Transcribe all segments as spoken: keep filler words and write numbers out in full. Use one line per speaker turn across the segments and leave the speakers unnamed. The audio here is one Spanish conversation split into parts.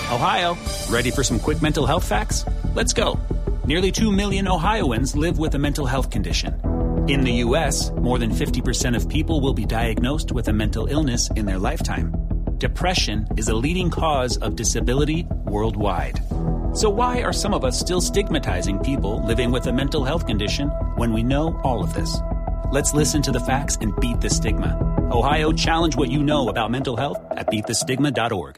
Ohio, ready for some quick mental health facts? Let's go. Nearly two million Ohioans live with a mental health condition. In the U S, more than fifty percent of people will be diagnosed with a mental illness in their lifetime. Depression is a leading cause of disability worldwide. So why are some of us still stigmatizing people living with a mental health condition when we know all of this? Let's listen to the facts and beat the stigma. Ohio, challenge what you know about mental health at beat the stigma dot org.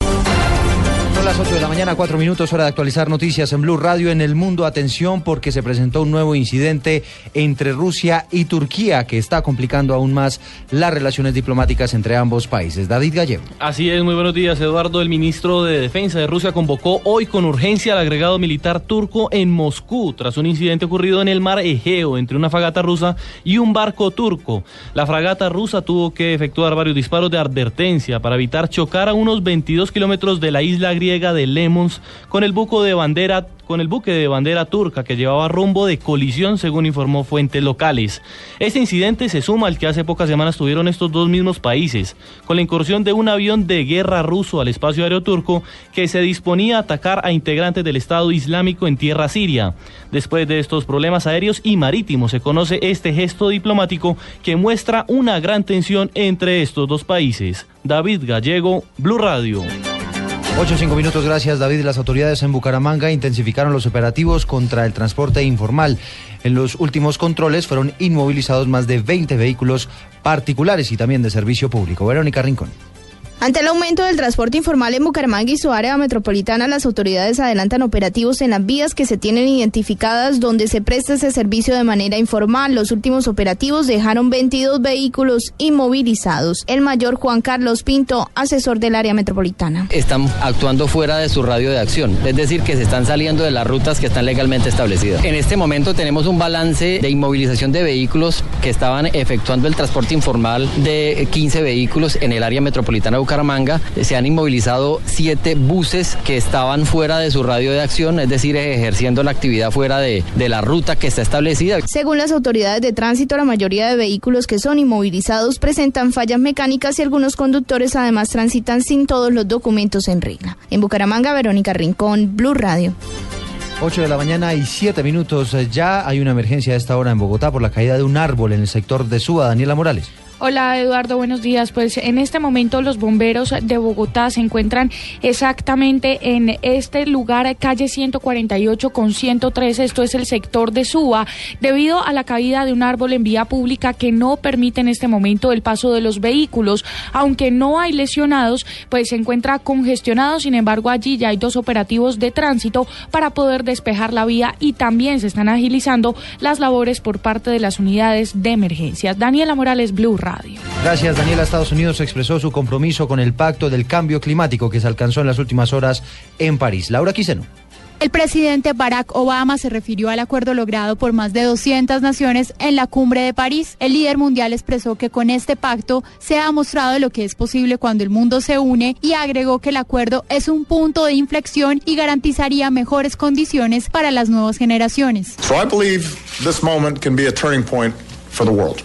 Son las ocho de la mañana, cuatro minutos, hora de actualizar noticias en Blue Radio. En el mundo, atención, porque se presentó un nuevo incidente entre Rusia y Turquía que está complicando aún más las relaciones diplomáticas entre ambos países. David Gallego.
Así es, muy buenos días, Eduardo. El ministro de Defensa de Rusia convocó hoy con urgencia al agregado militar turco en Moscú tras un incidente ocurrido en el mar Egeo entre una fragata rusa y un barco turco. La fragata rusa tuvo que efectuar varios disparos de advertencia para evitar chocar a unos veintidós kilómetros de la isla griega de Lemons con el buque de bandera con el buque de bandera turca que llevaba rumbo de colisión, según informó fuentes locales. Este incidente se suma al que hace pocas semanas tuvieron estos dos mismos países, con la incursión de un avión de guerra ruso al espacio aéreo turco que se disponía a atacar a integrantes del Estado Islámico en tierra siria. Después de estos problemas aéreos y marítimos se conoce este gesto diplomático que muestra una gran tensión entre estos dos países. David Gallego, Blue Radio.
Ocho, cinco minutos, gracias David. Las autoridades en Bucaramanga intensificaron los operativos contra el transporte informal. En los últimos controles fueron inmovilizados más de veinte vehículos particulares y también de servicio público. Verónica Rincón.
Ante el aumento del transporte informal en Bucaramanga y su área metropolitana, las autoridades adelantan operativos en las vías que se tienen identificadas donde se presta ese servicio de manera informal. Los últimos operativos dejaron veintidós vehículos inmovilizados. El mayor Juan Carlos Pinto, asesor del área metropolitana.
Están actuando fuera de su radio de acción, es decir, que se están saliendo de las rutas que están legalmente establecidas. En este momento tenemos un balance de inmovilización de vehículos que estaban efectuando el transporte informal de quince vehículos en el área metropolitana de Bucaramanga. Se han inmovilizado siete buses que estaban fuera de su radio de acción, es decir, ejerciendo la actividad fuera de, de la ruta que está establecida.
Según las autoridades de tránsito, la mayoría de vehículos que son inmovilizados presentan fallas mecánicas y algunos conductores además transitan sin todos los documentos en regla. En Bucaramanga, Verónica Rincón, Blue Radio.
ocho de la mañana y siete minutos. Ya hay una emergencia a esta hora en Bogotá por la caída de un árbol en el sector de Suba. Daniela Morales.
Hola Eduardo, buenos días. Pues en este momento los bomberos de Bogotá se encuentran exactamente en este lugar, calle ciento cuarenta y ocho con ciento tres, esto es el sector de Suba, debido a la caída de un árbol en vía pública que no permite en este momento el paso de los vehículos. Aunque no hay lesionados, pues se encuentra congestionado, sin embargo allí ya hay dos operativos de tránsito para poder despejar la vía y también se están agilizando las labores por parte de las unidades de emergencias. Daniela Morales, Blue Radio.
Gracias, Daniela. Estados Unidos expresó su compromiso con el Pacto del Cambio Climático que se alcanzó en las últimas horas en París. Laura Quiseno.
El presidente Barack Obama se refirió al acuerdo logrado por más de doscientas naciones en la cumbre de París. El líder mundial expresó que con este pacto se ha mostrado lo que es posible cuando el mundo se une y agregó que el acuerdo es un punto de inflexión y garantizaría mejores condiciones para las nuevas generaciones.
So I believe this moment can be a turning point for the world.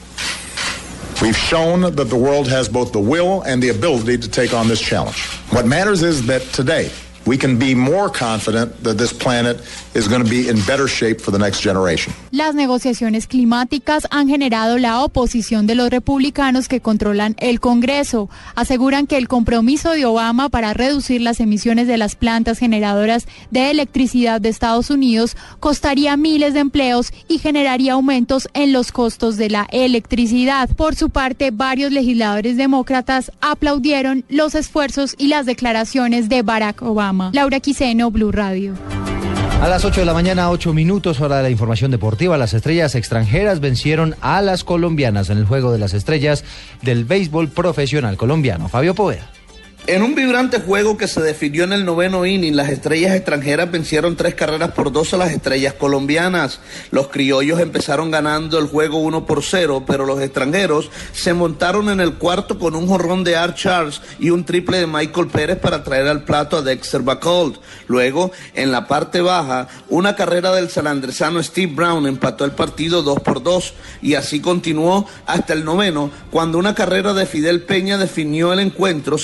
We've shown that the world has both the will and the ability to take on this challenge. What matters is that today we can be more confident that this planet is going to be in better shape for the next generation.
Las negociaciones climáticas han generado la oposición de los republicanos que controlan el Congreso. Aseguran que el compromiso de Obama para reducir las emisiones de las plantas generadoras de electricidad de Estados Unidos costaría miles de empleos y generaría aumentos en los costos de la electricidad. Por su parte, varios legisladores demócratas aplaudieron los esfuerzos y las declaraciones de Barack Obama. Laura Quiseno, Blue Radio.
A las ocho de la mañana, ocho minutos, hora de la información deportiva. Las estrellas extranjeras vencieron a las colombianas en el Juego de las Estrellas del béisbol profesional colombiano. Fabio Poveda.
En un vibrante juego que se definió en el noveno inning, las estrellas extranjeras vencieron tres carreras por dos a las estrellas colombianas. Los criollos empezaron ganando el juego uno por cero, pero los extranjeros se montaron en el cuarto con un jonrón de Art Charles y un triple de Michael Pérez para traer al plato a Dexter Bacolt. Luego, en la parte baja, una carrera del sanandresano Steve Brown empató el partido dos por dos y así continuó hasta el noveno, cuando una carrera de Fidel Peña definió el encuentro celebrado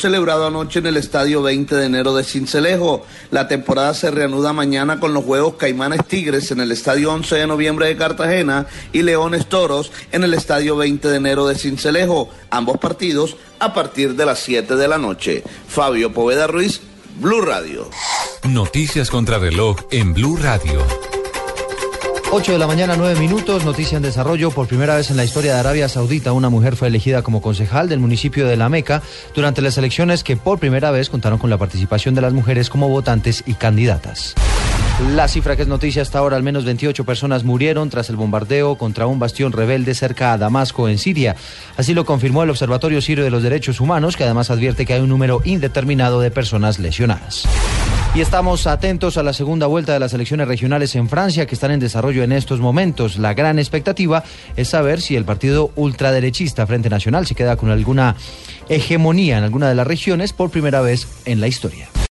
la noche en el Estadio veinte de enero de Sincelejo. La temporada se reanuda mañana con los juegos Caimanes Tigres en el Estadio once de noviembre de Cartagena y Leones Toros en el Estadio veinte de enero de Sincelejo. Ambos partidos a partir de las siete de la noche. Fabio Poveda Ruiz, Blue Radio.
Noticias contra reloj en Blue Radio.
ocho de la mañana, nueve minutos, noticia en desarrollo. Por primera vez en la historia de Arabia Saudita, una mujer fue elegida como concejal del municipio de La Meca durante las elecciones que por primera vez contaron con la participación de las mujeres como votantes y candidatas. La cifra que es noticia hasta ahora, al menos veintiocho personas murieron tras el bombardeo contra un bastión rebelde cerca a Damasco, en Siria. Así lo confirmó el Observatorio Sirio de los Derechos Humanos, que además advierte que hay un número indeterminado de personas lesionadas. Y estamos atentos a la segunda vuelta de las elecciones regionales en Francia, que están en desarrollo en estos momentos. La gran expectativa es saber si el partido ultraderechista Frente Nacional se queda con alguna hegemonía en alguna de las regiones por primera vez en la historia.